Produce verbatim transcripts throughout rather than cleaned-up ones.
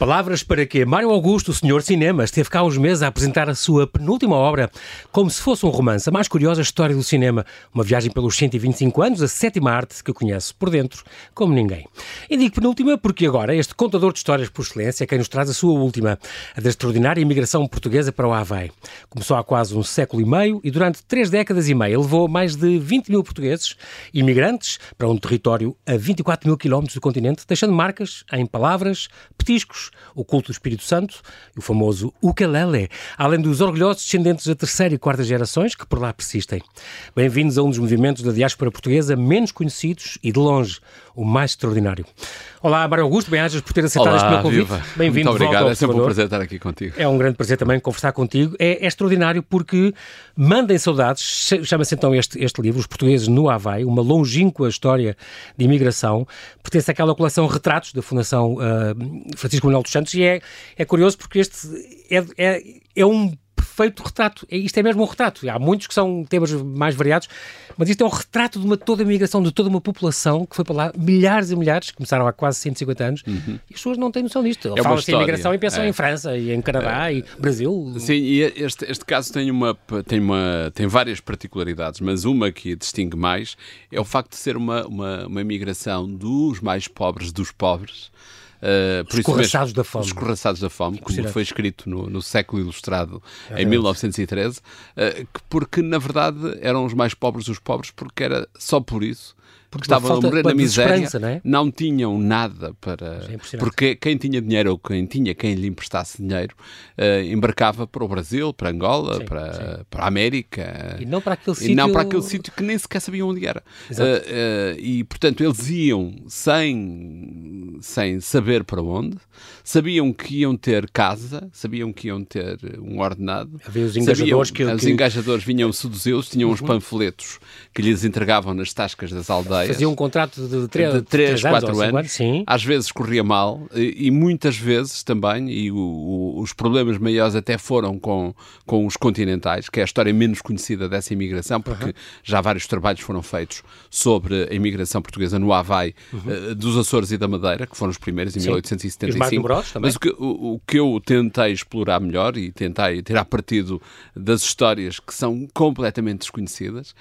Palavras para quê? Mário Augusto, o senhor cinema, esteve cá há uns meses a apresentar a sua penúltima obra como se fosse um romance, a mais curiosa história do cinema. Uma viagem pelos cento e vinte e cinco anos, a sétima arte que eu conheço por dentro, como ninguém. E digo penúltima porque agora este contador de histórias por excelência é quem nos traz a sua última, a da extraordinária imigração portuguesa para o Havaí. Começou há quase um século e meio e durante três décadas e meia levou mais de vinte mil portugueses imigrantes para um território a vinte e quatro mil quilómetros do continente, deixando marcas em palavras, petiscos, o culto do Espírito Santo e o famoso ukulele, além dos orgulhosos descendentes da terceira e quarta gerações que por lá persistem. Bem-vindos a um dos movimentos da diáspora portuguesa menos conhecidos e, de longe, o mais extraordinário. Olá, Mário Augusto, bem-ajas por ter aceitado Olá, este meu convite. Viva. Bem-vindo Muito de volta obrigado, ao é sempre um Observador. prazer estar aqui contigo. É um grande prazer também conversar contigo. É, é extraordinário porque mandem saudades, chama-se então este, este livro, Os Portugueses no Havaí, uma longínqua história de imigração, pertence àquela coleção Retratos da Fundação uh, Francisco Manuel dos Santos e é, é curioso porque este é, é, é um perfeito retrato. Isto é mesmo um retrato. Há muitos que são temas mais variados, mas isto é um retrato de uma, toda a imigração, de toda uma população que foi para lá, milhares e milhares, começaram há quase cento e cinquenta anos, uhum. e as pessoas não têm noção disto. É Falam-se em imigração e pensam é. em França, e em Canadá, é. e Brasil. Sim, e este, este caso tem, uma, tem, uma, tem várias particularidades, mas uma que distingue mais é o facto de ser uma, uma, uma imigração dos mais pobres dos pobres. Uh, os escorraçados da fome. Os escorraçados da fome, como foi escrito no, no século ilustrado, é em mil novecentos e treze, uh, porque, na verdade, eram os mais pobres dos pobres, porque era só por isso, porque estavam a morrer na miséria, não, é? não tinham nada para... É porque quem tinha dinheiro, ou quem tinha quem lhe emprestasse dinheiro, uh, embarcava para o Brasil, para Angola, sim, para, sim. para a América, e não para aquele e sítio... não para aquele sítio que nem sequer sabiam onde era. Uh, uh, e, portanto, eles iam sem, sem saber para onde, sabiam que iam ter casa, sabiam que iam ter um ordenado. Havia os engajadores sabiam, que... Os que... engajadores vinham seduzi-los, tinham uhum. uns panfletos que lhes entregavam nas tascas das aldeias. Faziam um contrato de três, quatro anos, anos. Sim. Às vezes corria mal e, e muitas vezes também, e o, o, os problemas maiores até foram com, com os continentais, que é a história menos conhecida dessa imigração, porque uhum. já vários trabalhos foram feitos sobre a imigração portuguesa no Havaí, uhum. uh, dos Açores e da Madeira, que foram os primeiros em sim. mil oitocentos e setenta e cinco. E os mais numerosos também. Mas o que, o, o que eu tentei explorar melhor e tentei tirar partido das histórias que são completamente desconhecidas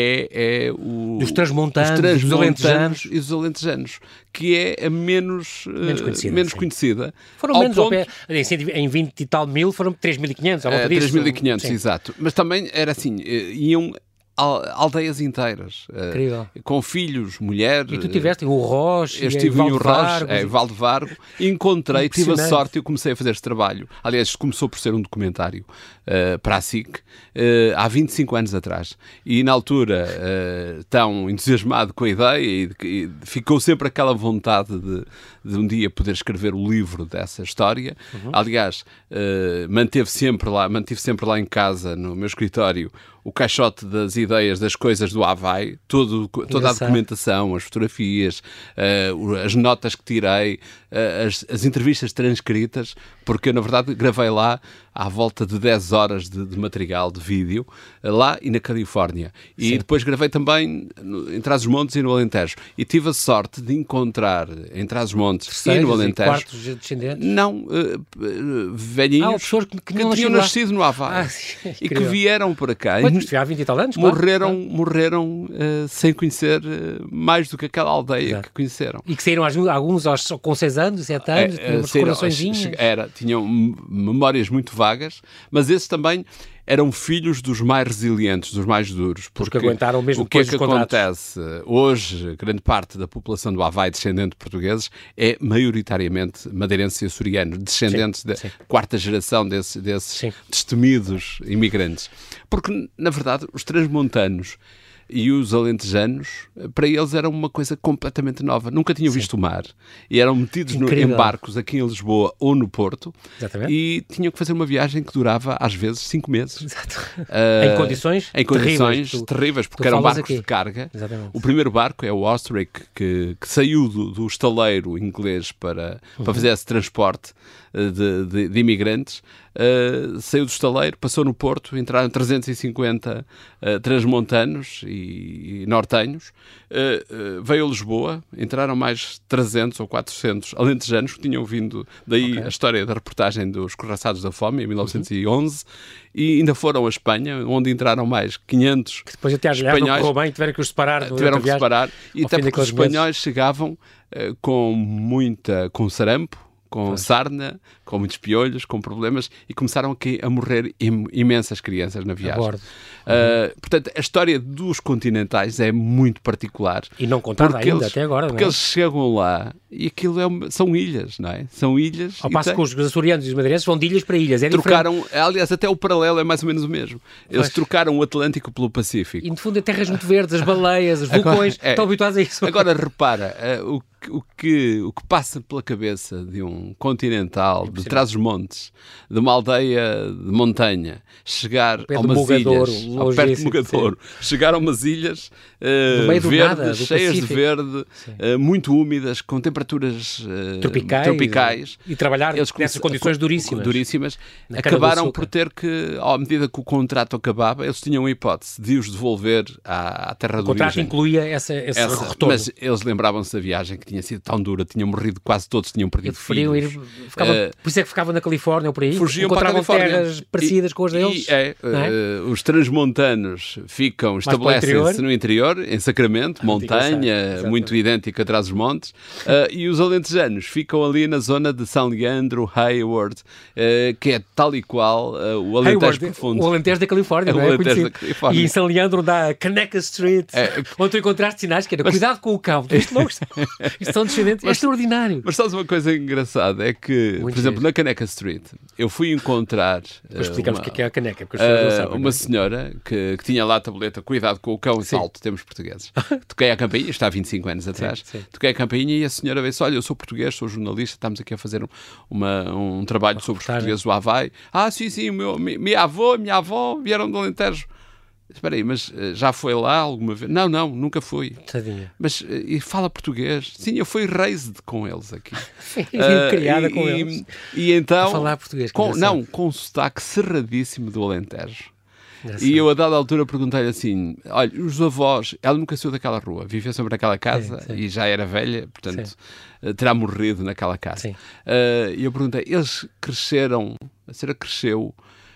é, é o... Dos transmontanos, os transmontanos dos alentejanos. E os alentejanos, que é a menos, menos conhecida. Uh, menos conhecida. Foram ao menos, ponto... ao pé, em vinte e tal mil, foram três mil e quinhentos, à volta uh, disso. três mil e quinhentos, exato. Mas também era assim, uh, iam... aldeias inteiras, uh, com filhos, mulheres. E tu tiveste o Roche, eu estive em Roche, é, Valdevargo, e encontrei, tive a sorte, eu comecei a fazer este trabalho. Aliás, começou por ser um documentário uh, para a S I C, uh, há vinte e cinco anos atrás. E na altura, uh, tão entusiasmado com a ideia, e, e ficou sempre aquela vontade de, de um dia poder escrever o livro dessa história. Uhum. Aliás, uh, manteve sempre lá, mantive sempre lá em casa, no meu escritório, o caixote das ideias, das coisas do Havaí, todo, toda a documentação, as fotografias, uh, as notas que tirei, uh, as, as entrevistas transcritas, porque eu, na verdade, gravei lá à volta de dez horas de, de material, de vídeo, uh, lá e na Califórnia. E sim. depois gravei também no, em Trás-os-Montes e no Alentejo. E tive a sorte de encontrar em Trás-os-Montes Terceiros e no Alentejo... E quartos descendentes? Não, uh, uh, velhinhos ah, pessoas que, que, que tinham nascido no Havaí ah, sim, e que vieram para cá. Pois, há vinte e tal anos, claro. Morreram, claro. morreram uh, sem conhecer uh, mais do que aquela aldeia Exato. Que conheceram. E que saíram alguns aos, com seis anos, sete anos, é, uh, coraçõezinhos. Era, tinham memórias muito vagas, mas esses também eram filhos dos mais resilientes, dos mais duros. Porque, porque aguentaram mesmo o que é que contratos. Acontece? Hoje, grande parte da população do Havaí, descendente de portugueses, é maioritariamente madeirense e açoriano, descendentes da de quarta geração desse, desses destemidos imigrantes. Porque, na verdade, os transmontanos e os alentejanos, para eles era uma coisa completamente nova. Nunca tinham Sim. visto o mar e eram metidos no, em barcos aqui em Lisboa ou no Porto. Exatamente. E tinham que fazer uma viagem que durava, às vezes, cinco meses. Exato. Uh, em condições Em condições terríveis, tu, terríveis porque eram barcos aqui. de carga. Exatamente. O primeiro barco é o Ostrich, que, que saiu do, do estaleiro inglês para, uhum. para fazer esse transporte de, de, de imigrantes. uh, saiu do estaleiro, passou no Porto, entraram trezentos e cinquenta uh, transmontanos e, e nortenhos, uh, uh, veio a Lisboa, entraram mais trezentos ou quatrocentos alentejanos que tinham vindo, daí okay. a história da reportagem dos Escorraçados da Fome, em mil novecentos e onze, uhum. e ainda foram a Espanha, onde entraram mais quinhentos que depois até espanhóis. Não correu bem, tiveram que os separar. Tiveram que os separar, e até porque os espanhóis meses. chegavam uh, com muita, com sarampo, com pois. sarna, com muitos piolhos, com problemas, e começaram aqui a morrer im imensas crianças na viagem. Uhum. Uh, portanto, a história dos continentais é muito particular. E não contada ainda, eles, até agora, porque não é? eles chegam lá e aquilo é uma, são ilhas, não é? São ilhas. Ao passo tem... que os açorianos e os madeirenses vão de ilhas para ilhas. É trocaram, diferente. aliás, até o paralelo é mais ou menos o mesmo. Eles pois. trocaram o Atlântico pelo Pacífico. E, no fundo, é terras muito verdes, as baleias, os vulcões, agora, é, estão habituados a isso. Agora, repara, uh, o O que, o que passa pela cabeça de um continental é de Trás-os-Montes, de uma aldeia de montanha, chegar a umas ilhas, ao perto de Mogadouro, chegar a umas ilhas uh, verdes, nada, cheias Pacífico. de verde, uh, muito úmidas, com temperaturas uh, tropicais, tropicais. E, e trabalhar Eles, nessas condições duríssimas. duríssimas acabaram por ter que, à medida que o contrato acabava, eles tinham a hipótese de os devolver à, à terra do origem. O contrato incluía essa, esse essa, retorno. Mas eles lembravam-se da viagem que tinha sido tão dura, tinham morrido, quase todos tinham perdido filhos. Ir, ficava, uh, por isso é que ficavam na Califórnia ou por aí, fugiam encontravam para a Califórnia. terras parecidas e, com as deles. E, é, é? Uh, os transmontanos ficam, estabelecem-se no interior, em Sacramento, ah, montanha, muito idêntica atrás dos montes, uh, e os alentejanos ficam ali na zona de São Leandro, Hayward, uh, que é tal e qual uh, o Alentejo Hayward, profundo. O Alentejo da Califórnia, é não é? O Alentejo da Califórnia. E em São Leandro dá Caneca Street, é. onde tu encontraste sinais que era mas... cuidado com o cão. Isto logo isto são descendentes, é extraordinário. Mas sabes uma coisa engraçada, é que, muito por exemplo, na Caneca Street, eu fui encontrar uh, explicamos o que é a Caneca, porque uh, sabem, uma não é? senhora que, que tinha lá a tableta cuidado com o cão, salto, temos portugueses. Toquei a campainha, está há vinte e cinco anos atrás, sim, sim. Toquei a campainha e a senhora veio-se, olha, eu sou português, sou jornalista, estamos aqui a fazer um, uma, um trabalho uma sobre os portugueses do Havaí. Ah, sim, sim, meu, minha avó, minha avó vieram do Alentejo. Espera aí, mas já foi lá alguma vez? Não, não, nunca fui. Tadinha. Mas e fala português? Sim, eu fui raised com eles aqui. Sim, uh, criada com e, eles. E então... A falar português. Com, não, com um sotaque cerradíssimo do Alentejo. Engraçado. E eu, a dada altura, perguntei-lhe assim, olha, os avós... Ela nunca saiu daquela rua, vivia sempre naquela casa, sim, sim. E já era velha, portanto, sim. terá morrido naquela casa. Uh, e eu perguntei, eles cresceram... A senhora cresceu...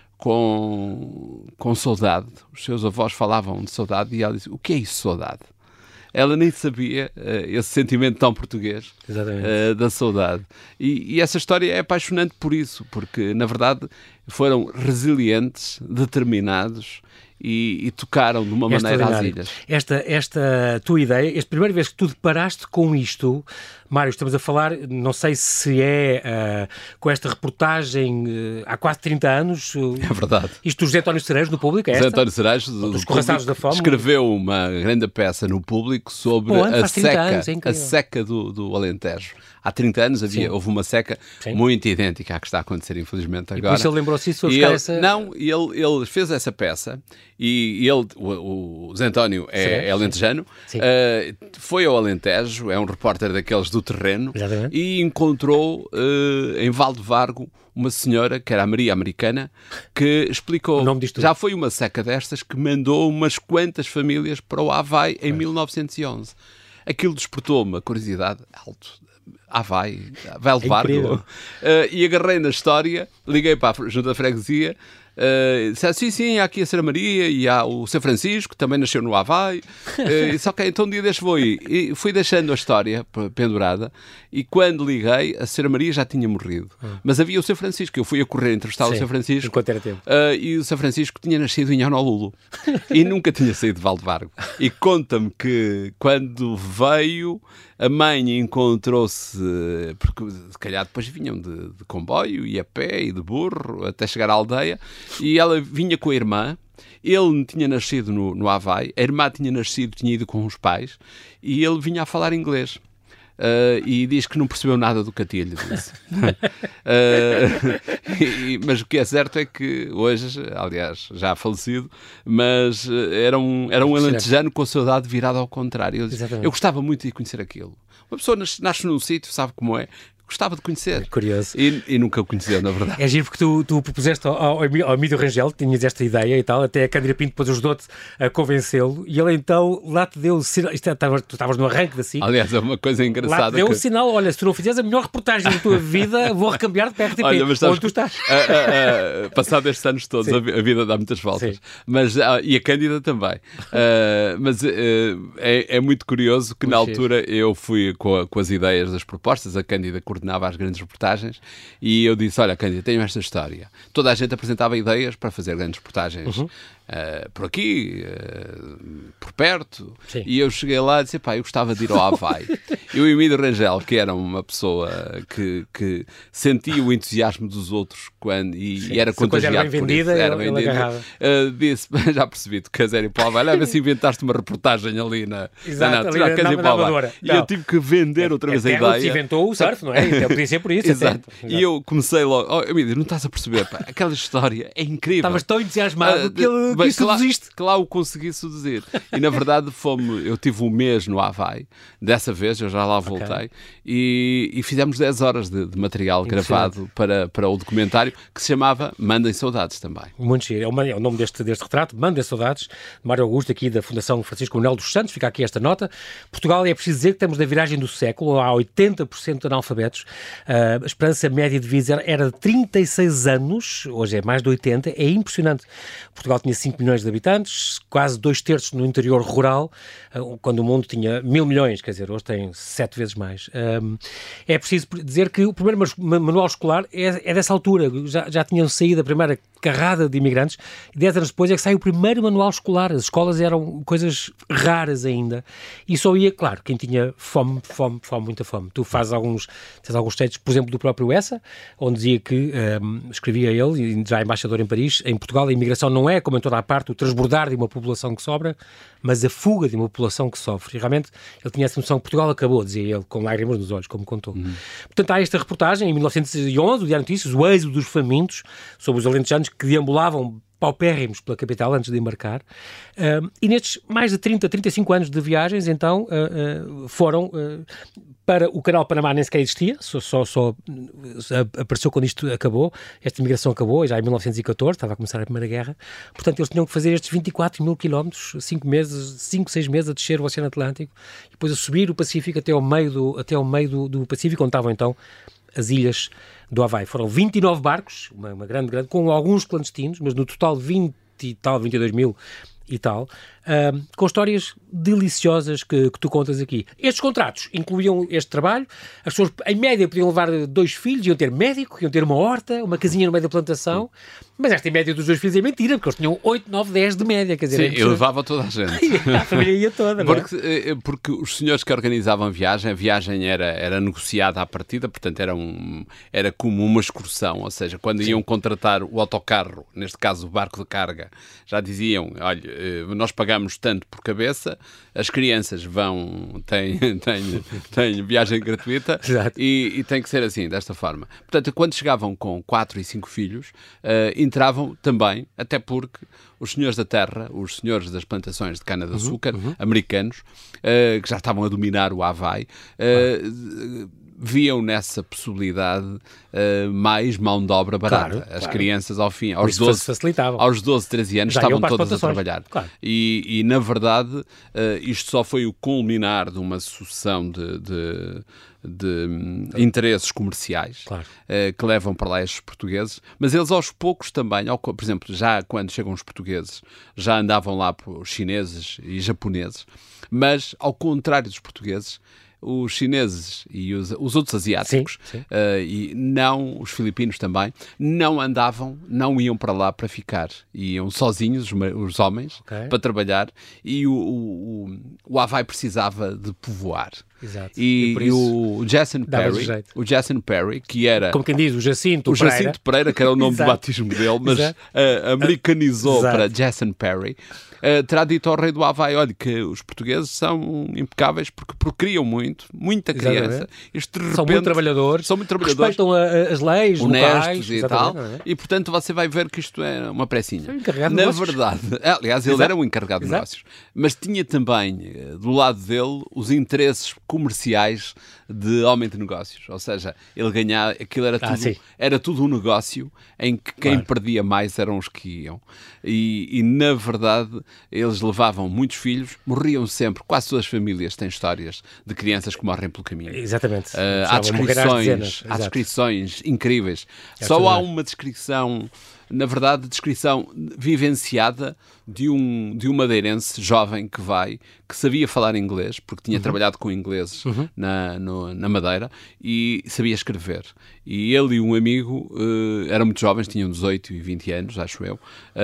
Com, com saudade. Os seus avós falavam de saudade e ela disse, o que é isso, saudade? Ela nem sabia uh, esse sentimento tão português uh, da saudade. E, e essa história é apaixonante por isso, porque, na verdade, foram resilientes, determinados e, e tocaram de uma maneira às ilhas. Esta, esta tua ideia, esta primeira vez que tu deparaste com isto, Mário, estamos a falar, não sei se é uh, com esta reportagem uh, há quase trinta anos. Uh, é verdade. Isto do José António Cerejo, no Público, é José esta? António Cerejo, dos Escorraçados da Fome. Escreveu uma grande peça no Público sobre Bom, a seca, anos, é a seca do, do Alentejo. Há trinta anos havia, houve uma seca Sim. muito idêntica à que está a acontecer, infelizmente, agora. E por isso ele lembrou-se disso, foi buscar ele, essa... Não, ele, ele fez essa peça e ele, o, o José António é, é alentejano, uh, foi ao Alentejo, é um repórter daqueles do terreno. Exatamente. E encontrou uh, em Valdevargo uma senhora, que era a Maria Americana, que explicou, o nome disto já foi uma seca destas que mandou umas quantas famílias para o Havaí em é. mil novecentos e onze. Aquilo despertou uma curiosidade alto. Havaí, Valdevargo. É uh, e agarrei na história, liguei para a junta de freguesia, Uh, disse, sim, sim, há aqui a Senhora Maria e há o São Francisco, que também nasceu no Havaí. Uh, disse, ok, então um dia deste vou ir. E fui deixando a história pendurada e quando liguei, a Senhora Maria já tinha morrido. Hum. Mas havia o São Francisco, eu fui a correr entrevistar o São Francisco. Enquanto era tempo. Uh, e o São Francisco tinha nascido em Honolulu e nunca tinha saído de Valdevargo. E conta-me que quando veio, a mãe encontrou-se, porque se calhar depois vinham de, de comboio e a pé e de burro até chegar à aldeia. E ela vinha com a irmã, ele tinha nascido no, no Havaí, a irmã tinha nascido, tinha ido com os pais, e ele vinha a falar inglês. Uh, e diz que não percebeu nada do que a tia lhe disse. uh, e, mas o que é certo é que hoje, aliás, já falecido, mas uh, era um, era um alentejano com a saudade virada ao contrário. Eu, disse, eu gostava muito de conhecer aquilo. Uma pessoa nasce, nasce num sítio, sabe como é, gostava de conhecer. É curioso. E, e nunca o conheceu, na verdade. É giro porque tu, tu propuseste ao, ao, ao Emílio Rangel, tinhas esta ideia e tal, até a Cândida Pinto depois ajudou-te a convencê-lo, e ele então lá te deu o sinal, isto é, tavas, tu estavas no arranque da S I C. Aliás, é uma coisa engraçada. Lá te deu que... o sinal, olha, se tu não fizeres a melhor reportagem da tua vida, vou recambiar-te para a R T P, olha, mas sabes, onde tu estás. A, a, a, passado estes anos todos, a, a vida dá muitas voltas. Sim. Mas, a, e a Cândida também. Uh, mas uh, é, é muito curioso que, muito na altura, cheiro. eu fui com, a, com as ideias das propostas, a Cândida coordenava as grandes reportagens, e eu disse, olha, Cândida, tenho esta história. Toda a gente apresentava ideias para fazer grandes reportagens uhum. uh, por aqui, uh, por perto, Sim. e eu cheguei lá e disse, pá, eu gostava de ir ao Havaí. E o Emílio Rangel, que era uma pessoa que, que sentia o entusiasmo dos outros quando, e, e era contagiado era bem por vendida, isso, era ele, vendida, ele uh, disse, já percebi, tu queres ir para o Havaí, leva se inventaste uma reportagem ali na... Exato, na, ali na, queres ir para o Havaí. E eu tive que vender outra vez é, a ideia. Se inventou o surf, não é? Até podia ser por isso. Exato. Até. E eu comecei logo, oh, Emílio, não estás a perceber, pá, aquela história é incrível. Estavas tão entusiasmado uh, que ele bem, quis seduziste. Que lá o consegui seduzir. E na verdade fomos, eu tive um mês no Havaí, dessa vez, eu já lá voltei, okay. e, e fizemos dez horas de, de material gravado para, para o documentário que se chamava Mandem Saudades também. Muito giro. É o, é o nome deste, deste retrato, Mandem Saudades, Mário Augusto, aqui da Fundação Francisco Manuel dos Santos, fica aqui esta nota. Portugal, é preciso dizer que estamos na viragem do século, há oitenta por cento de analfabetos, uh, a esperança média de vida era de trinta e seis anos, hoje é mais de oitenta, é impressionante. Portugal tinha cinco milhões de habitantes, quase dois terços no interior rural, uh, quando o mundo tinha mil milhões, quer dizer, hoje tem sete vezes mais. Um, é preciso dizer que o primeiro manual escolar é, é dessa altura, já, já tinham saído a primeira carrada de imigrantes, e dez anos depois é que sai o primeiro manual escolar. As escolas eram coisas raras ainda, e só ia, claro, quem tinha fome, fome, fome, muita fome. Tu fazes alguns, tens alguns textos, por exemplo, do próprio Essa, onde dizia que, um, escrevia ele, já embaixador em Paris, em Portugal a imigração não é, como em toda a parte, o transbordar de uma população que sobra, mas a fuga de uma população que sofre. E realmente ele tinha essa noção que Portugal acabou, dizia ele, com lágrimas nos olhos, como contou. Uhum. Portanto, há esta reportagem, em mil novecentos e onze, o Diário de Notícias, o êxodo dos famintos, sobre os alentejanos que deambulavam paupérrimos pela capital antes de embarcar. Uh, e nestes mais de trinta, trinta e cinco anos de viagens, então, uh, uh, foram uh, para o Canal Panamá, nem sequer existia, só, só, só apareceu quando isto acabou, esta imigração acabou, já em mil novecentos e catorze, estava a começar a Primeira Guerra, portanto eles tinham que fazer estes vinte e quatro mil quilómetros, cinco meses, cinco, seis meses a descer o Oceano Atlântico, e depois a subir o Pacífico até ao meio do, até ao meio do, do Pacífico, onde estavam então as ilhas do Havaí. Foram vinte e nove barcos, uma, uma grande, grande, com alguns clandestinos, mas no total vinte e tal, vinte e dois mil e tal, uh, com histórias deliciosas que, que tu contas aqui. Estes contratos incluíam este trabalho, as pessoas em média podiam levar dois filhos, iam ter médico, iam ter uma horta, uma casinha no meio da plantação, mas esta média dos dois filhos é mentira, porque eles tinham oito, nove, dez de média, quer dizer... Sim, eu levava toda a gente. A família ia toda, não é? Porque, porque os senhores que organizavam a viagem, a viagem era, era negociada à partida, portanto era, um, era como uma excursão, ou seja, quando Sim. iam contratar o autocarro, neste caso o barco de carga, já diziam, olha, nós pagamos tanto por cabeça, as crianças vão, têm, têm, têm viagem gratuita e, e tem que ser assim, desta forma. Portanto, quando chegavam com quatro e cinco filhos, uh, entravam também, até porque os senhores da terra, os senhores das plantações de cana-de-açúcar, uhum, uhum. americanos, uh, que já estavam a dominar o Havaí, uh, ah. viam nessa possibilidade uh, mais mão de obra barata. Claro, As claro. crianças, ao fim, aos doze, aos doze, treze anos, Já estavam todas a trabalhar. Claro. E, e, na verdade, uh, isto só foi o culminar de uma sucessão de, de, de um, interesses comerciais claro. uh, que levam para lá estes portugueses, mas eles aos poucos também, ao, por exemplo, já quando chegam os portugueses, já andavam lá os chineses e japoneses, mas ao contrário dos portugueses, os chineses e os, os outros asiáticos, sim, sim. Uh, e não os filipinos também, não andavam, não iam para lá para ficar. Iam sozinhos, os, os homens, okay. para trabalhar, e o, o, o Havaí precisava de povoar. Exato. E, e, e o Jason Perry, o Jason Perry, que era... Como quem diz, o Jacinto o Pereira. Jacinto Pereira, que era o nome do batismo dele, mas uh, americanizou Exato. para Jason Perry, uh, terá dito ao rei do Havaí, olha, que os portugueses são impecáveis porque procriam muito, muita criança. Isto, de repente, são muito trabalhadores, são muito trabalhadores, respeitam a, as leis, honestos locais, e tal, é? E portanto você vai ver que isto é uma pressinha. Na verdade, aliás, ele Exato. era um encarregado Exato. de negócios, mas tinha também, do lado dele, os interesses comerciais de homem de negócios. Ou seja, ele ganhava, aquilo era tudo, ah, era tudo um negócio em que quem claro. perdia mais eram os que iam. E, e, na verdade, eles levavam muitos filhos, morriam sempre. Quase todas as famílias têm histórias de crianças que morrem pelo caminho. Exatamente. Uh, há descrições, há descrições incríveis. É Só há uma descrição, na verdade, descrição vivenciada de um, de um madeirense jovem que vai, que sabia falar inglês, porque tinha uhum. trabalhado com ingleses uhum. na, no, na Madeira, e sabia escrever. E ele e um amigo, uh, eram muito jovens, tinham dezoito e vinte anos, acho eu,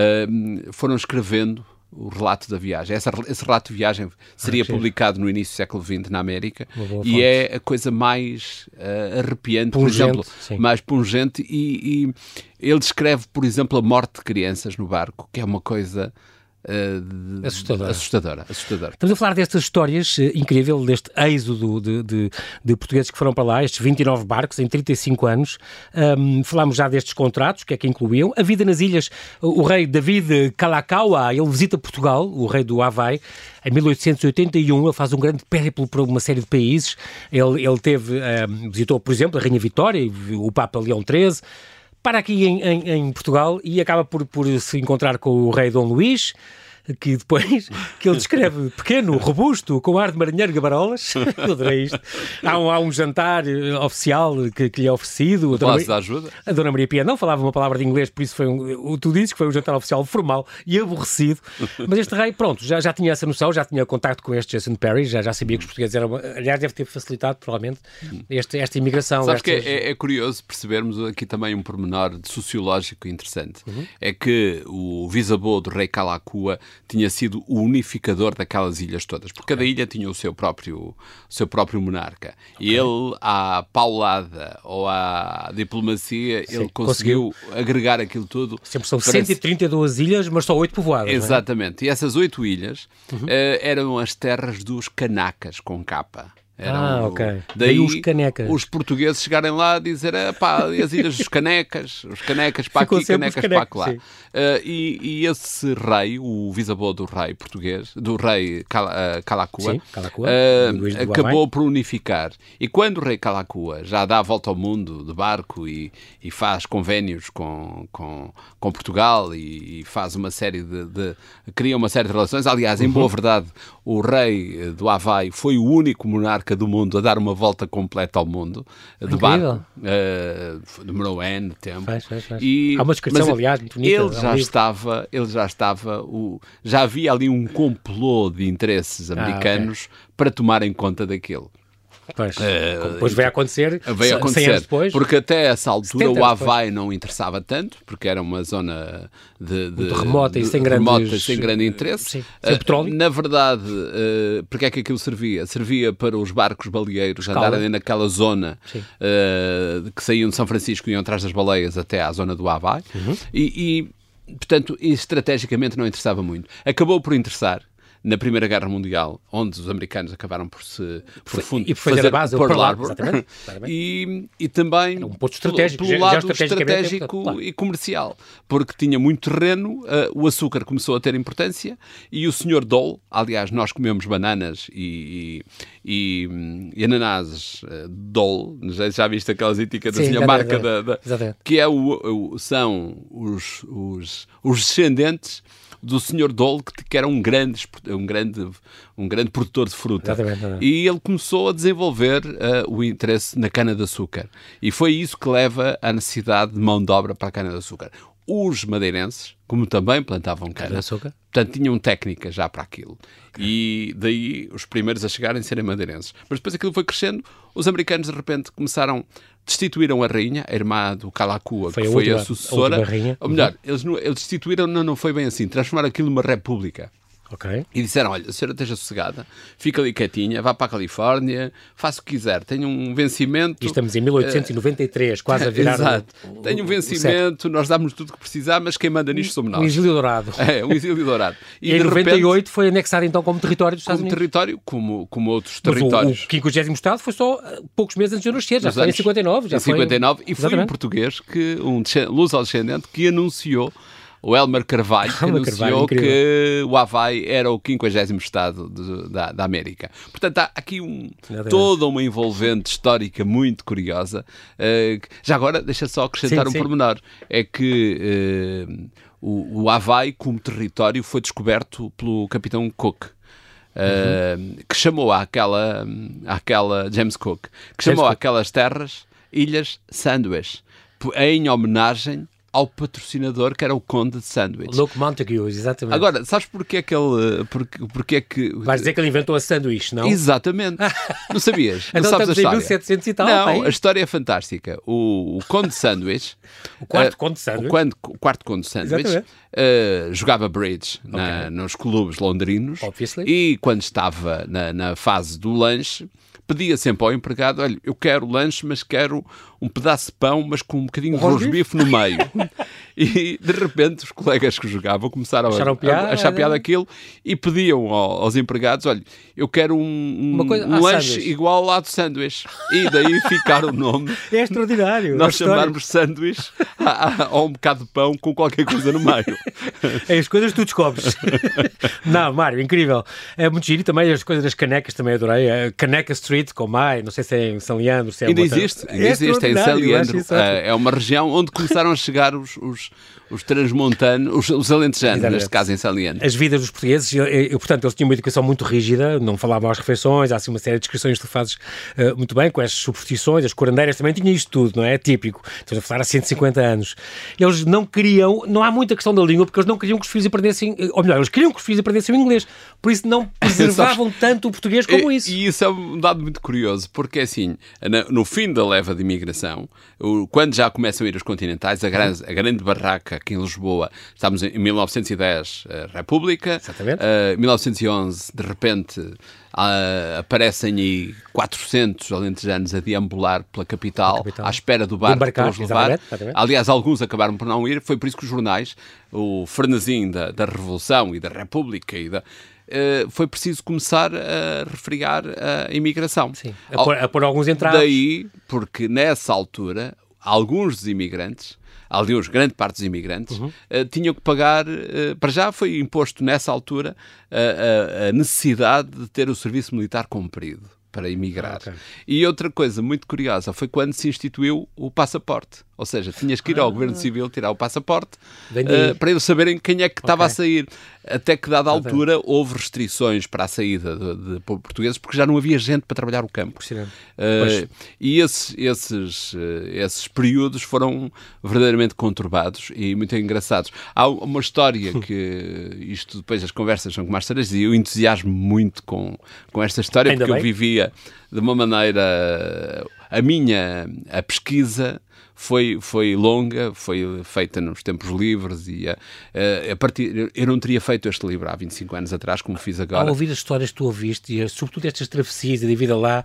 uh, foram escrevendo o relato da viagem. Essa, esse relato de viagem seria ah, publicado no início do século vinte na América e fonte. É a coisa mais uh, arrepiante, pungente, por exemplo, sim. mais pungente e, e ele descreve, por exemplo, a morte de crianças no barco, que é uma coisa Uh, de, assustadora. assustadora, assustadora. Estamos a falar destas histórias uh, incrível, deste êxodo de, de, de portugueses que foram para lá, estes vinte e nove barcos em trinta e cinco anos. Um, falámos já destes contratos, que é que incluíam. A vida nas ilhas, o, o rei David Kalakaua, ele visita Portugal, o rei do Havaí, em mil oitocentos e oitenta e um, ele faz um grande périplo por uma série de países. Ele, ele teve, um, visitou, por exemplo, a Rainha Vitória, o Papa Leão treze, para aqui em, em, em Portugal e acaba por, por se encontrar com o rei Dom Luís, que depois, que ele descreve pequeno, robusto, com ar de marinheiro gabarolas. Eu adorei isto. Há um, há um jantar oficial que, que lhe é oferecido. A Dona, da ajuda. A Dona Maria Pia não falava uma palavra de inglês, por isso foi um, tu dizes que foi um jantar oficial formal e aborrecido. Mas este rei, pronto, já, já tinha essa noção, já tinha contacto com este Jason Perry, já, já sabia que os portugueses eram... Aliás, deve ter facilitado, provavelmente, este, esta imigração. Sabes estas... que é, é curioso percebermos aqui também um pormenor sociológico interessante. Uhum. É que o bisavô do rei Kalakaua tinha sido o unificador daquelas ilhas todas, porque okay. cada ilha tinha o seu próprio, o seu próprio monarca. Okay. E ele, à paulada ou à diplomacia, Sim, ele conseguiu, conseguiu agregar aquilo tudo. Sempre são para... cento e trinta e duas ilhas, mas só oito povoadas. Exatamente. Não é? E essas oito ilhas uhum. uh, eram as terras dos canacas, com capa. Eram, ah, ok. Daí, daí os canecas. Os portugueses chegarem lá a dizer, pá, as ilhas dos canecas, os canecas para Ficou aqui, canecas, canecas para lá. Uh, e, e esse rei, o bisavô do rei português, do rei Kala, uh, Kalakaua, Sim, Kalakaua uh, acabou por unificar. E quando o rei Kalakaua já dá a volta ao mundo de barco e, e faz convénios com, com, com Portugal e, e faz uma série de, de... cria uma série de relações. Aliás, em uhum. boa verdade, o rei do Havaí foi o único monarca do mundo a dar uma volta completa ao mundo de Incrível. barco. Uh, demorou N tempo. Faz, faz, faz. E, Há uma descrição, aliás, muito bonita. Ele já estava, ele já estava, o, já havia ali um complô de interesses americanos ah, okay. para tomarem conta daquilo. Pois, uh, depois veio a acontecer, veio a acontecer cem anos depois. Porque até essa altura o Havaí não interessava tanto, porque era uma zona de, de, remota e sem, remota, grandes, sem grande interesse. Sim, sem petróleo. Uh, na verdade, uh, porque é que aquilo servia? Servia para os barcos baleeiros Escala. andarem naquela zona uh, que saíam de São Francisco e iam atrás das baleias até à zona do Havaí. Uhum. E, e, portanto, estrategicamente não interessava muito. Acabou por interessar na Primeira Guerra Mundial, onde os americanos acabaram por se por fundo, e fazer a base, Pearl Harbor, e, e também um ponto estratégico, pelo lado estratégico claro. e comercial, porque tinha muito terreno, uh, o açúcar começou a ter importância e o senhor Dole, aliás, nós comemos bananas e, e, e, e ananases uh, Dole, já, já viste aquelas etiquetas, Sim, a marca é, da, da que é o, o, são os, os, os descendentes do senhor Dole, que era um grande, um grande, um grande produtor de fruta. Exatamente, exatamente. E ele começou a desenvolver uh, o interesse na cana-de-açúcar. E foi isso que leva à necessidade de mão de obra para a cana-de-açúcar. Os madeirenses, como também plantavam cana, portanto, tinham técnica já para aquilo. Okay. E daí os primeiros a chegarem a serem madeirenses. Mas depois aquilo foi crescendo, os americanos de repente começaram, destituíram a rainha, a irmã do Kalakaua, foi que a foi última, a sucessora. A rainha. Ou melhor, uhum. eles, eles destituíram, não, não foi bem assim, transformaram aquilo numa república. Okay. E disseram, olha, a senhora esteja sossegada, fica ali quietinha, vá para a Califórnia, faça o que quiser, tenha um vencimento... E estamos em mil oitocentos e noventa e três, uh, quase a virar... Exato, o, tenha um vencimento, o nós damos tudo o que precisar, mas quem manda nisto somos nós. Um exílio dourado. É, um exílio dourado. E, e em noventa e oito repente, foi anexado então como território dos Estados como Unidos. território, como, como outros mas territórios. O, o quinquagésimo Estado foi só poucos meses antes de eu nascer, já foi em cinquenta e nove. Já em cinquenta e nove, foi... e foi Exatamente. um português, que, um luso-descendente, que anunciou o Elmer Carvalho, que anunciou Carvalho, que o Havaí era o quinquagésimo estado de, da, da América. Portanto, há aqui um, toda uma envolvente histórica muito curiosa. Uh, já agora, deixa só acrescentar sim, um sim. pormenor. É que uh, o, o Havaí, como território, foi descoberto pelo capitão Cook. Uh, uhum. Que chamou àquela, àquela James Cook, que chamou James àquelas terras Ilhas Sandwich, em homenagem ao patrocinador que era o Conde de Sandwich. Luke Montague, exatamente. Agora, sabes porque é que ele... Porque, porque é que... Vais dizer que ele inventou a sanduíche, não? Exatamente. Não sabias? Não então sabes a história? Em mil e setecentos e tal. Não, pai. A história é fantástica. O, o Conde de Sandwich... o quarto uh, Conde de Sandwich? O, quando, o quarto Conde de Sandwich uh, jogava bridge okay. na, nos clubes londrinos. Obviously. E quando estava na, na fase do lanche, pedia sempre ao empregado, olha, eu quero lanche, mas quero um pedaço de pão, mas com um bocadinho de rosbife no meio. E, de repente, os colegas que jogavam começaram a, piada, a achar piada aquilo e pediam ao, aos empregados, olha, eu quero um, um, coisa, um ah, lanche sanduíche. Igual lá do sanduíche. E daí ficar o nome. É extraordinário. Nós chamarmos sanduíche a, a, a um bocado de pão com qualquer coisa no meio. É as coisas que tu descobres. Não, Mário, incrível. É muito giro. Também as coisas das canecas também adorei. A Caneca Street, com Mai, não sei se é em São Leandro, se é ainda existe, ainda é existe, é em São Leandro. É, é uma região onde começaram a chegar os, os, os transmontanos, os, os alentejanos, exatamente. Neste caso em São Leandro. As vidas dos portugueses, eu, eu, portanto, eles tinham uma educação muito rígida, não falavam às refeições, há assim uma série de descrições que tu fazes uh, muito bem, com estas superstições, as curandeiras também tinham isto tudo, não é? É típico. Estamos a falar há cento e cinquenta anos. Eles não queriam, não há muita questão da língua, porque eles não queriam que os filhos aprendessem, ou melhor, eles queriam que os filhos aprendessem o inglês, por isso não preservavam tanto o português como e, isso. E isso é um dado muito curioso, porque assim, no fim da leva de imigração, quando já começam a ir os continentais, a grande, a grande barraca aqui em Lisboa, estamos em mil novecentos e dez, República, exatamente. Uh, mil novecentos e onze, de repente, uh, aparecem aí quatrocentos alentejanos a deambular pela capital, capital, à espera do barco para os levar. Exatamente, exatamente. Aliás, alguns acabaram por não ir, foi por isso que os jornais, o frenesim da, da Revolução e da República e da... Uh, foi preciso começar a refrear a imigração. Sim, a pôr, a pôr alguns entraves. Daí, porque nessa altura, alguns dos imigrantes, alguns, grande parte dos imigrantes, uhum. uh, tinham que pagar, uh, para já foi imposto nessa altura, uh, a, a necessidade de ter o serviço militar cumprido para emigrar. Ah, okay. E outra coisa muito curiosa foi quando se instituiu o passaporte. Ou seja, tinhas que ir ao ah. Governo Civil tirar o passaporte uh, para eles saberem quem é que estava okay. a sair. Até que, dada a altura, ah, houve restrições para a saída de, de portugueses porque já não havia gente para trabalhar o campo. Uh, e esses, esses, uh, esses períodos foram verdadeiramente conturbados e muito engraçados. Há uma história que, isto depois as conversas são com mais histórias, e eu entusiasmo muito com, com esta história. Ainda porque bem. Eu vivia de uma maneira... A minha a pesquisa foi, foi longa, foi feita nos tempos livres e a, a, a partir, eu não teria feito este livro há vinte e cinco anos atrás, como fiz agora. Ao ouvir as histórias que tu ouviste, e sobretudo estas travessias e da vida lá,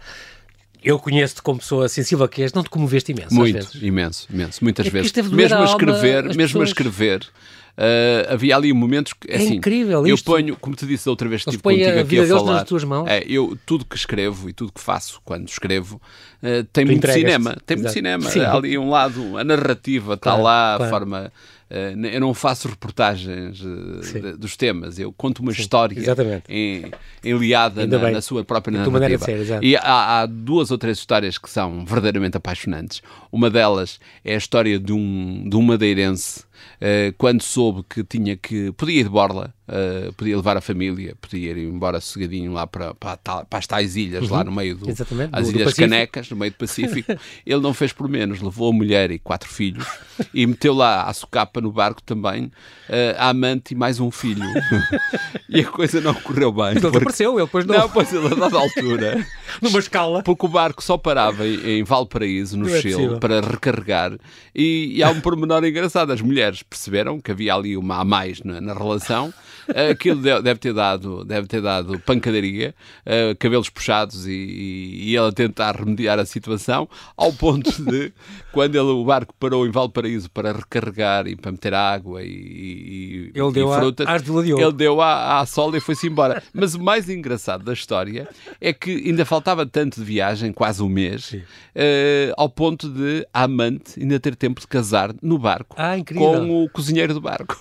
eu conheço-te como pessoa sensível que és, não te comoveste imenso? Muito, às vezes? imenso, imenso, muitas é vezes. Mesmo a escrever, mesmo pessoas... a escrever. Uh, havia ali momentos que, é assim, incrível eu isto. ponho, como te disse da outra vez que estive contigo a aqui a falar, nas tuas mãos. É, eu, tudo que escrevo e tudo que faço quando escrevo uh, tem tu muito cinema, tem Exato. muito cinema. Sim. Há ali um lado, a narrativa está claro, lá, claro. a forma... Uh, eu não faço reportagens uh, de, dos temas, eu conto uma Sim, história em, enliada na, na sua própria narrativa. Ser, e há, há duas ou três histórias que são verdadeiramente apaixonantes. Uma delas é a história de um, de um madeirense uh, quando soube que tinha que podia ir de borla, uh, podia levar a família, podia ir embora sossegadinho lá para, para, para as tais ilhas, uhum. lá no meio do, Exatamente. as do, Ilhas do Canecas, no meio do Pacífico. Ele não fez por menos, levou a mulher e quatro filhos e meteu lá à socapa no barco também, uh, a amante e mais um filho. E a coisa não correu bem. Ele porque... apareceu, ele depois não. Não, pois ele a dada altura. Numa escala. Porque o barco só parava em, em Valparaíso, no Chile, é para recarregar. E, e há um pormenor engraçado. As mulheres perceberam que havia ali uma a mais na, na relação. Aquilo deve ter dado, deve ter dado pancadaria, uh, cabelos puxados e, e, e ele a tentar remediar a situação, ao ponto de, quando ele, o barco parou em Valparaíso para recarregar e para meter água e, e, ele deu e frutas, a, ele deu à, à sola e foi-se embora. Mas o mais engraçado da história é que ainda faltava tanto de viagem, quase um mês, uh, ao ponto de a amante ainda ter tempo de casar no barco ah, com com o cozinheiro do barco.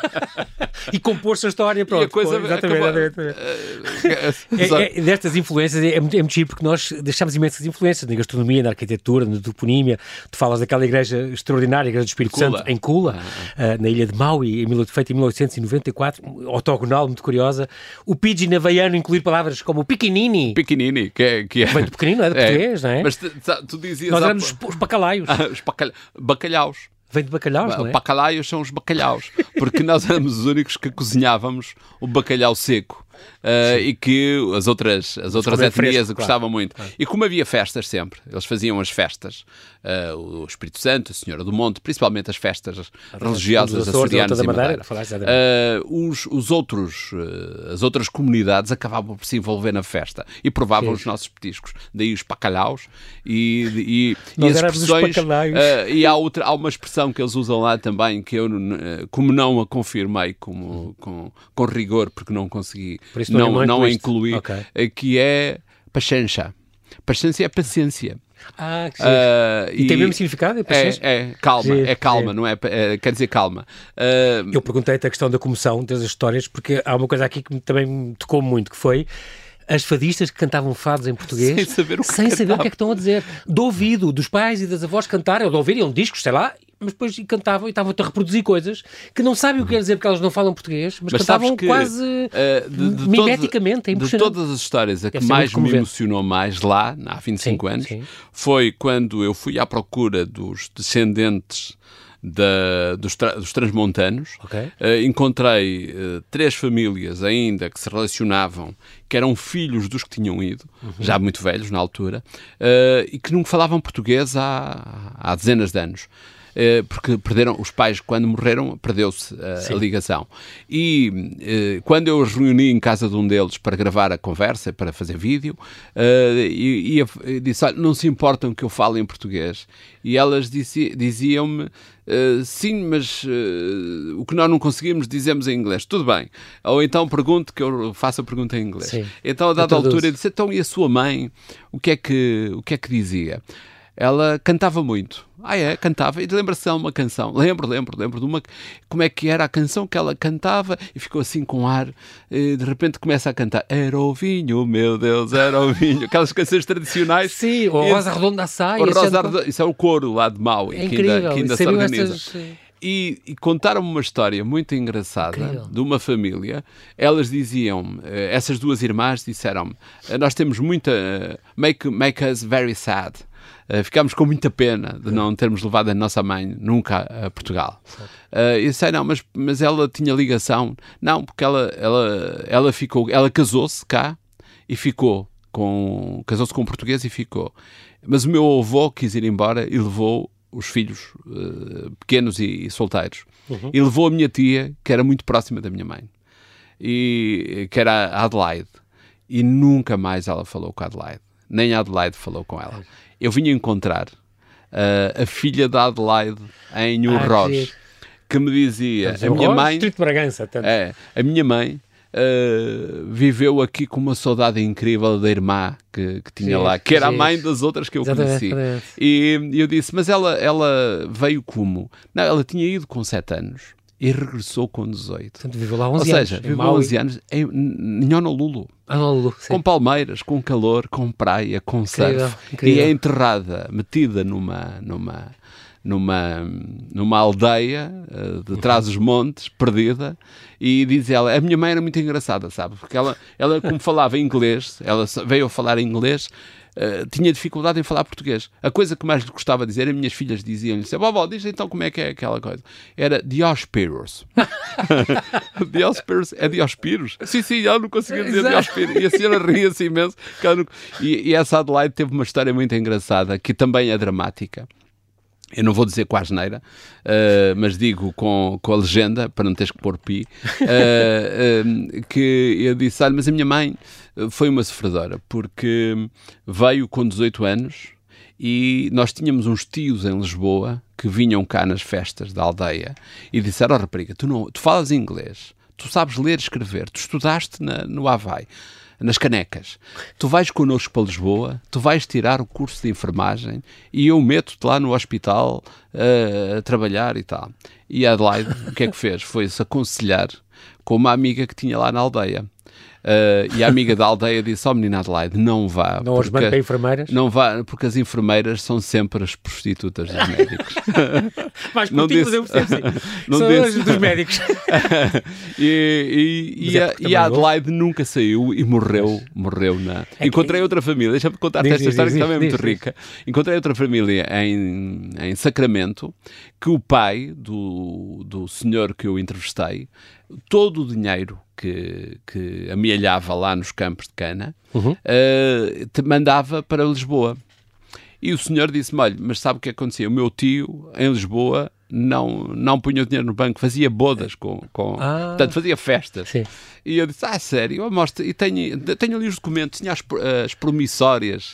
E compor-se a história, pronto. E a coisa pô, exatamente, acabou... exatamente. é, é, destas influências é muito, é muito giro, porque nós deixamos imensas influências na gastronomia, na arquitetura, na toponímia. Tu falas daquela igreja extraordinária, a Igreja do Espírito Kula. Santo, em Kula, ah, uh, na ilha de Maui, em, feita em mil oitocentos e noventa e quatro, ortogonal, muito curiosa. O pidgin havaiano incluir palavras como piquinini. Piquinini, que é... Que é... Vem do pequenino, é de português, é. Não é? Mas tu, tu dizias... Nós éramos os bacalhaios. Ah, os bacalha... bacalhaus. Vem de bacalhaus, ba não é? Bacalhaios são os bacalhaus, porque nós éramos os únicos que cozinhávamos o bacalhau seco. Uh, e que as outras, as outras etnias fresco, gostavam claro. muito. Claro. E como havia festas sempre, eles faziam as festas, uh, o Espírito Santo, a Senhora do Monte, principalmente as festas a religiosas açorianas e Madeira. Madeira. Uh, os, os outros, uh, as outras comunidades acabavam por se envolver na festa e provavam Sim. os nossos petiscos. Daí os bacalhaus e, e, e as expressões. Uh, e há, outra, há uma expressão que eles usam lá também, que eu, uh, como não a confirmei como, com, com rigor, porque não consegui não, não, não a incluir, okay. que é paciência. Paciência é paciência. Ah, que uh, e, e tem o mesmo significado? É, é, é calma, sim, é calma, sim. não é, é? Quer dizer calma. Uh, eu perguntei-te a questão da comoção das histórias, porque há uma coisa aqui que também me tocou muito, que foi as fadistas que cantavam fados em português sem saber o que, sem saber o que é que estão a dizer. Do ouvido, dos pais e das avós cantarem, ou de ouvirem discos, sei lá, mas depois cantavam e estavam-te a reproduzir coisas que não sabem o que quer dizer porque elas não falam português, mas, mas cantavam que, quase uh, de, de mimeticamente, todo, é impressionante. De todas as histórias, a que mais me emocionou mais lá, há vinte e cinco sim, anos, sim. foi quando eu fui à procura dos descendentes Da, dos, tra, dos transmontanos. Okay. Uh, encontrei uh, três famílias ainda que se relacionavam, que eram filhos dos que tinham ido, uhum. já muito velhos na altura, uh, e que não falavam português há, há dezenas de anos. Uh, porque perderam, os pais, quando morreram, perdeu-se uh, a ligação. E uh, quando eu os reuni em casa de um deles para gravar a conversa, para fazer vídeo, uh, e, e eu disse, olha, não se importam que eu fale em português. E elas dizi, diziam-me, uh, sim, mas uh, o que nós não conseguimos dizemos em inglês. Tudo bem. Ou então pergunto que eu faço a pergunta em inglês. Sim. Então, a dada altura, eu disse, então, e a sua mãe, o que é que, o que é que dizia? Ela cantava muito. Ah, é? Cantava. E lembra-se de uma canção. Lembro, lembro, lembro de uma... Como é que era a canção que ela cantava e ficou assim com ar. E de repente começa a cantar. Era o vinho, meu Deus, era o vinho. Aquelas canções tradicionais. Sim, o Rosa Redonda da Saia. Rosa Redonda... Isso é o coro lá de Maui. É que incrível. ainda, que ainda se organiza. Estas... E, e contaram-me uma história muito engraçada incrível. De uma família. Elas diziam, essas duas irmãs disseram-me, nós temos muita... Make, make us very sad. Uh, ficámos com muita pena de não termos levado a nossa mãe nunca a Portugal. Uh, eu sei, não, mas, mas ela tinha ligação. Não, porque ela, ela, ela ficou, ela casou-se cá e ficou, com, casou-se com um português e ficou. Mas o meu avô quis ir embora e levou os filhos uh, pequenos e, e solteiros. Uhum. E levou a minha tia, que era muito próxima da minha mãe, e, que era a Adelaide. E nunca mais ela falou com a Adelaide. Nem a Adelaide falou com ela. Eu vinha encontrar uh, a filha da Adelaide em Urroz, ah, que me dizia, a minha mãe, Distrito de Bragança, tanto. É, a minha mãe uh, viveu aqui com uma saudade incrível da irmã que, que tinha sim, lá, que era sim. a mãe das outras que eu exatamente, conheci. E, e eu disse, mas ela, ela veio como? Não, ela tinha ido com sete anos e regressou com dezoito. Portanto, viveu lá onze Ou anos. Ou seja, viveu onze anos em, em Honolulu. Honolulu, com palmeiras, com calor, com praia, com incrível, surf. Incrível. E é enterrada, metida numa, numa, numa, numa aldeia uh, de trás dos montes, perdida, e diz ela, a minha mãe era muito engraçada, sabe? Porque ela, ela como falava inglês, ela veio a falar inglês, Uh, tinha dificuldade em falar português. A coisa que mais lhe gostava de dizer, as minhas filhas diziam-lhe, vovó, diz então como é que é aquela coisa. Era Diospíros. Diospíros é Diospíros? Sim, sim, ela não conseguia dizer Diospíros. E a senhora ria-se imenso. Não... E, e essa Adelaide teve uma história muito engraçada, que também é dramática. Eu não vou dizer com a asneira, uh, mas digo com, com a legenda, para não teres que pôr pi, uh, uh, que eu disse, olha, mas a minha mãe foi uma sofredora, porque veio com dezoito anos e nós tínhamos uns tios em Lisboa que vinham cá nas festas da aldeia e disseram, oh rapariga, tu, não, tu falas inglês, tu sabes ler e escrever, tu estudaste na, no Havaí, nas canecas. Tu vais connosco para Lisboa, tu vais tirar o curso de enfermagem e eu meto-te lá no hospital uh, a trabalhar e tal. E a Adelaide, o que é que fez? Foi-se aconselhar com uma amiga que tinha lá na aldeia. Uh, e a amiga da aldeia disse, ó oh, menina Adelaide, não vá. Não os manda para enfermeiras? Não vá, porque as enfermeiras são sempre as prostitutas dos médicos. Mais contigo, eu percebo, sim. São disse... as dos médicos. e e, e, é a, e a Adelaide nunca saiu e morreu, morreu na... É Encontrei que... outra família, deixa-me contar-te esta história diz, que também é muito diz, rica. Diz. Encontrei outra família em, em Sacramento, que o pai do, do senhor que eu entrevistei, todo o dinheiro que, que amealhava lá nos campos de cana, uhum. uh, te mandava para Lisboa. E o senhor disse-me, olha, mas sabe o que acontecia? O meu tio, em Lisboa, não, não punha o dinheiro no banco, fazia bodas, com, com, ah. portanto, fazia festas. Sim. E eu disse, ah, sério, eu mostro, e tenho, tenho ali os documentos, tinha as, as promissórias,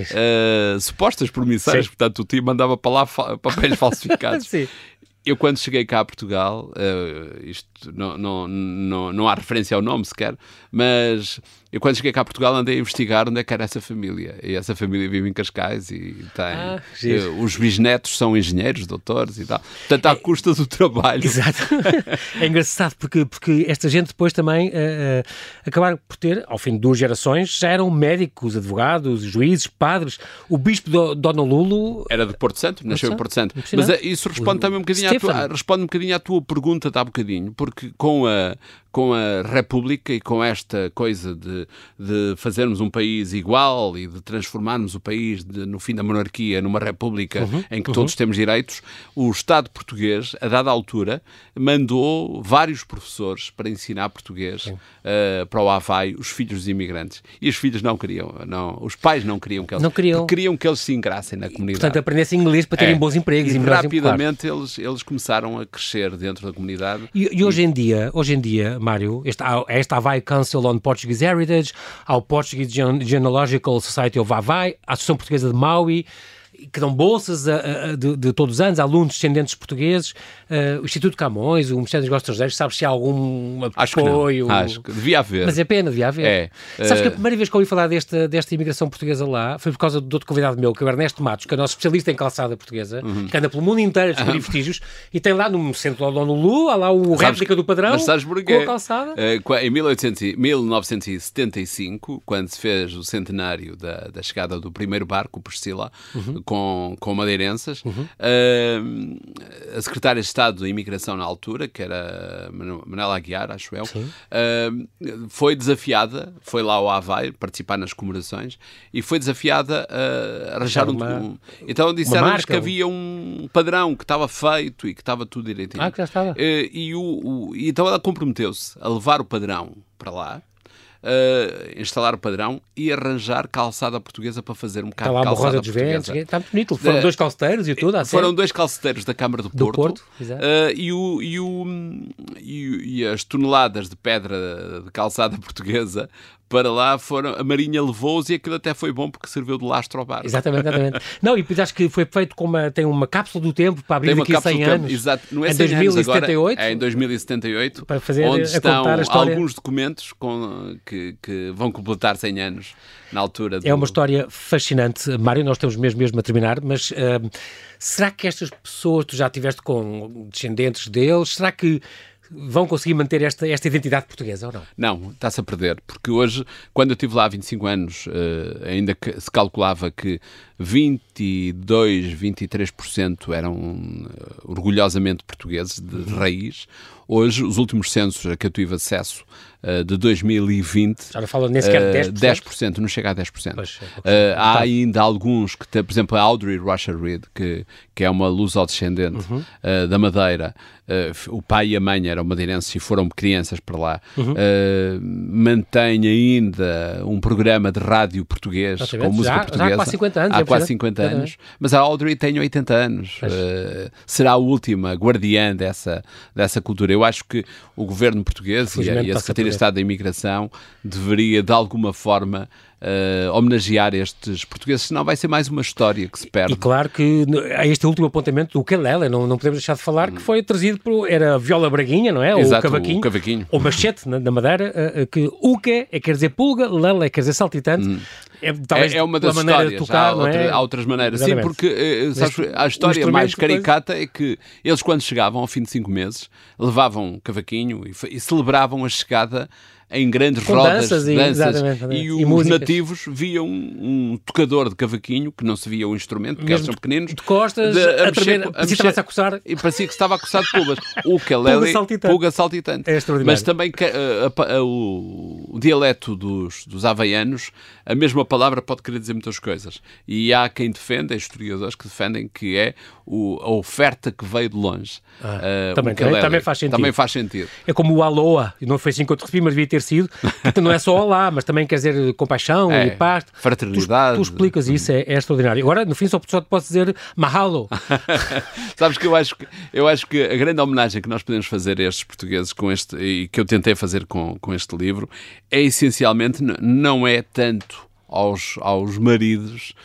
uh, supostas promissórias, sim. Portanto, o tio mandava para lá fa- papéis falsificados. Sim. Eu, quando cheguei cá a Portugal, uh, isto não, não, não, não há referência ao nome sequer, mas eu, quando cheguei cá a Portugal, andei a investigar onde é que era essa família. E essa família vive em Cascais e tem... Ah, uh, os bisnetos são engenheiros, doutores e tal. Portanto, à é, custa do trabalho. Exato. É engraçado porque, porque esta gente depois também uh, uh, acabaram por ter, ao fim de duas gerações, já eram médicos, advogados, juízes, padres. O bispo de, de Honolulu... Era de Porto Santo, nasceu em Porto Santo. Mas uh, isso responde o, também um bocadinho... Tua, responde um bocadinho à tua pergunta de há bocadinho, porque com a, com a República e com esta coisa de, de fazermos um país igual e de transformarmos o país de, no fim da monarquia numa República uhum, em que uhum. todos temos direitos, o Estado português, a dada altura, mandou vários professores para ensinar português uh, para o Havaí, os filhos dos imigrantes. E os filhos não queriam, não, os pais não queriam que eles, não queriam. queriam que eles se integrassem na comunidade. Portanto, aprendessem inglês para terem é. bons empregos. E, e rapidamente claro. eles, eles começaram a crescer dentro da comunidade. E, e, e hoje em dia, hoje em dia, Mário, este, esta Havaí Council on Portuguese Heritage, ao Portuguese Genealogical Society of Havaí, a Associação Portuguesa de Maui, que dão bolsas a, a, de, de todos os anos a alunos descendentes portugueses, uh, o Instituto Camões, o Ministério dos Negócios Estrangeiros, sabes se há algum acho apoio? Que não. Acho que devia haver. Mas é pena, devia haver. É. Sabes uh... que a primeira vez que eu ouvi falar desta, desta imigração portuguesa lá foi por causa de outro convidado meu, que é o Ernesto Matos, que é o nosso especialista em calçada portuguesa, uhum. que anda pelo mundo inteiro a descobrir vestígios, e tem lá no centro de Honolulu, há lá o sabes, réplica do padrão, mas sabes porquê? Com a calçada. Uh, em mil novecentos e setenta e cinco, quando se fez o centenário da, da chegada do primeiro barco, o Priscila, uhum. com, com uma Uhum. Uh, a secretária de Estado da Imigração na altura, que era Manuela Aguiar, acho eu, uh, foi desafiada, foi lá ao Havaí participar nas comemorações e foi desafiada a arranjar um, um... Então disseram-nos que havia um padrão que estava feito e que estava tudo direitinho. Ah, que já estava. Uh, e, o, o, e então ela comprometeu-se a levar o padrão para lá, Uh, instalar o padrão e arranjar calçada portuguesa para fazer um bocado de calçada Rosa dos Ventos, está muito bonito. Foram uh, dois calceteiros e tudo. Foram sério? dois calceteiros da Câmara do Porto, do Porto uh, e, o, e, o, e, e as toneladas de pedra de calçada portuguesa para lá foram, a Marinha levou-os e aquilo até foi bom porque serviu de lastro ao barco. Exatamente, exatamente. Não, e acho que foi feito com uma, tem uma cápsula do tempo para abrir daqui a cem anos. Exato, não é em dois mil e setenta e oito. Agora, é em dois mil e setenta e oito, para fazer, onde estão a história. alguns documentos com, que, que vão completar cem anos na altura. Do... É uma história fascinante, Mário, nós estamos mesmo, mesmo a terminar, mas uh, será que estas pessoas, tu já estiveste com descendentes deles, será que vão conseguir manter esta, esta identidade portuguesa ou não? Não, está-se a perder, porque hoje, quando eu estive lá há vinte e cinco anos, uh, ainda que se calculava que vinte e dois, vinte e três por cento eram uh, orgulhosamente portugueses de, de raiz. Hoje, os últimos censos a que eu tive acesso, uh, de dois mil e vinte, já não fala nem sequer de dez por cento? dez por cento, não chega a dez por cento. Pois, uh, há ainda alguns, que tem, por exemplo, a Audrey Rusher Reed, que, que é uma luso-descendente uhum. uh, da Madeira, uh, o pai e a mãe eram madeirenses e foram crianças para lá, uhum. uh, mantém ainda um programa de rádio português, com música já, portuguesa. Já há quase cinquenta anos. Há quase cinquenta anos, mas a Audrey tem oitenta anos. Uh, será a última guardiã dessa, dessa cultura. Eu acho que o governo português e a, e a Secretaria de Estado da Imigração deveria, de alguma forma, Uh, homenagear estes portugueses, senão vai ser mais uma história que se perde. E claro que há este último apontamento do ukulele, não, não podemos deixar de falar, hum. que foi trazido por, era a viola braguinha, não é? Exato, ou o cavaquinho, o cavaquinho. ou machete na, na madeira, uh, que uke é quer dizer pulga, lele é quer dizer saltitante. Hum. É, é, é uma das histórias, de tocar, há, outra, é? há outras maneiras. Exatamente. Sim, porque uh, sabes, a história mais caricata coisa... é que eles, quando chegavam ao fim de cinco meses, levavam cavaquinho e, e celebravam a chegada em grandes com rodas, danças, e, danças e, e os músicas. Nativos viam um, um tocador de cavaquinho, que não se via o instrumento, porque eles são pequeninos, de costas, de, a, a tremer, parecia que a coçar. E parecia que estava a coçar de pulgas. O ukulele, pulga saltitante. É extraordinário. Mas também uh, uh, uh, o, o dialeto dos, dos havaianos, a mesma palavra pode querer dizer muitas coisas. E há quem defenda, historiadores que defendem que é o, a oferta que veio de longe. Ah, uh, também, também, também faz sentido. Também faz sentido. É como o aloha, e não foi assim que eu te recebi, mas devia ter sido, que não é só olá, mas também quer dizer compaixão é, e paz. Fraternidade. Tu, tu explicas isso, é, é extraordinário. Agora, no fim, só, só te posso dizer mahalo. Sabes que eu acho que, eu acho que a grande homenagem que nós podemos fazer a estes portugueses com este, e que eu tentei fazer com, com este livro, é essencialmente, não é tanto aos, aos maridos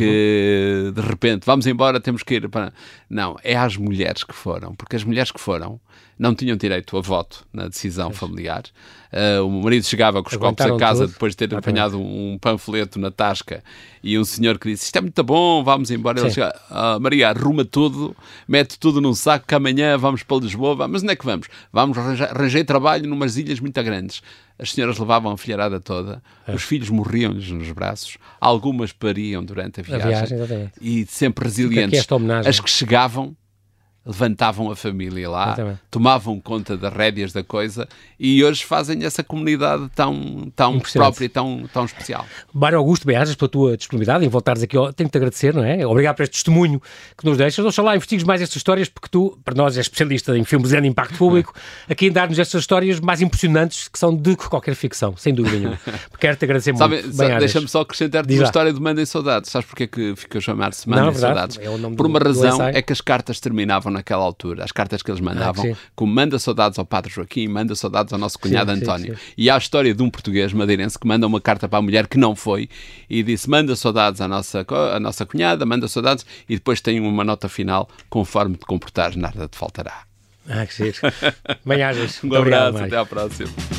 que uhum. de repente vamos embora, temos que ir para... Não, é às mulheres que foram, porque as mulheres que foram não tinham direito a voto na decisão Sim. familiar. Uh, o marido chegava com os copos a casa tudo. depois de ter apanhado um panfleto na tasca e um senhor que disse, isto é muito bom, vamos embora. Ele chega, ah, Maria, arruma tudo, mete tudo num saco que amanhã vamos para Lisboa. Mas onde é que vamos? Vamos arranjar, arranjar trabalho numas ilhas muito grandes. As senhoras levavam a filharada toda, é. os filhos morriam-lhes nos braços, algumas pariam durante a viagem, a viagem e sempre resilientes. As que chegavam levantavam a família lá, exatamente. Tomavam conta das rédeas da coisa e hoje fazem essa comunidade tão, tão própria e tão, tão especial. Mário Augusto Beajas, pela tua disponibilidade em voltares aqui, tenho-te agradecer, não é? Obrigado por este testemunho que nos deixas. Oxalá investigues mais estas histórias, porque tu, para nós, és especialista em filmes de grande impacto público, aqui em dar-nos estas histórias mais impressionantes que são de qualquer ficção, sem dúvida nenhuma. Quero-te agradecer Sabe, muito. Sabe, deixa-me só acrescentar-te uma história de Mandem Saudades. Sabes porque é que ficou a chamar-se Mandem Saudades? É por uma do, razão, do é que as cartas terminavam naquela altura. As cartas que eles mandavam, ah, como manda saudades ao Padre Joaquim, manda saudades ao nosso cunhado sim, António. Sim, sim. E há a história de um português madeirense que manda uma carta para a mulher que não foi e disse, manda saudades à nossa, à nossa cunhada, manda saudades, e depois tem uma nota final, conforme te comportares, nada te faltará. Ah, que giro. Bem-ajas. Um abraço, até à próxima.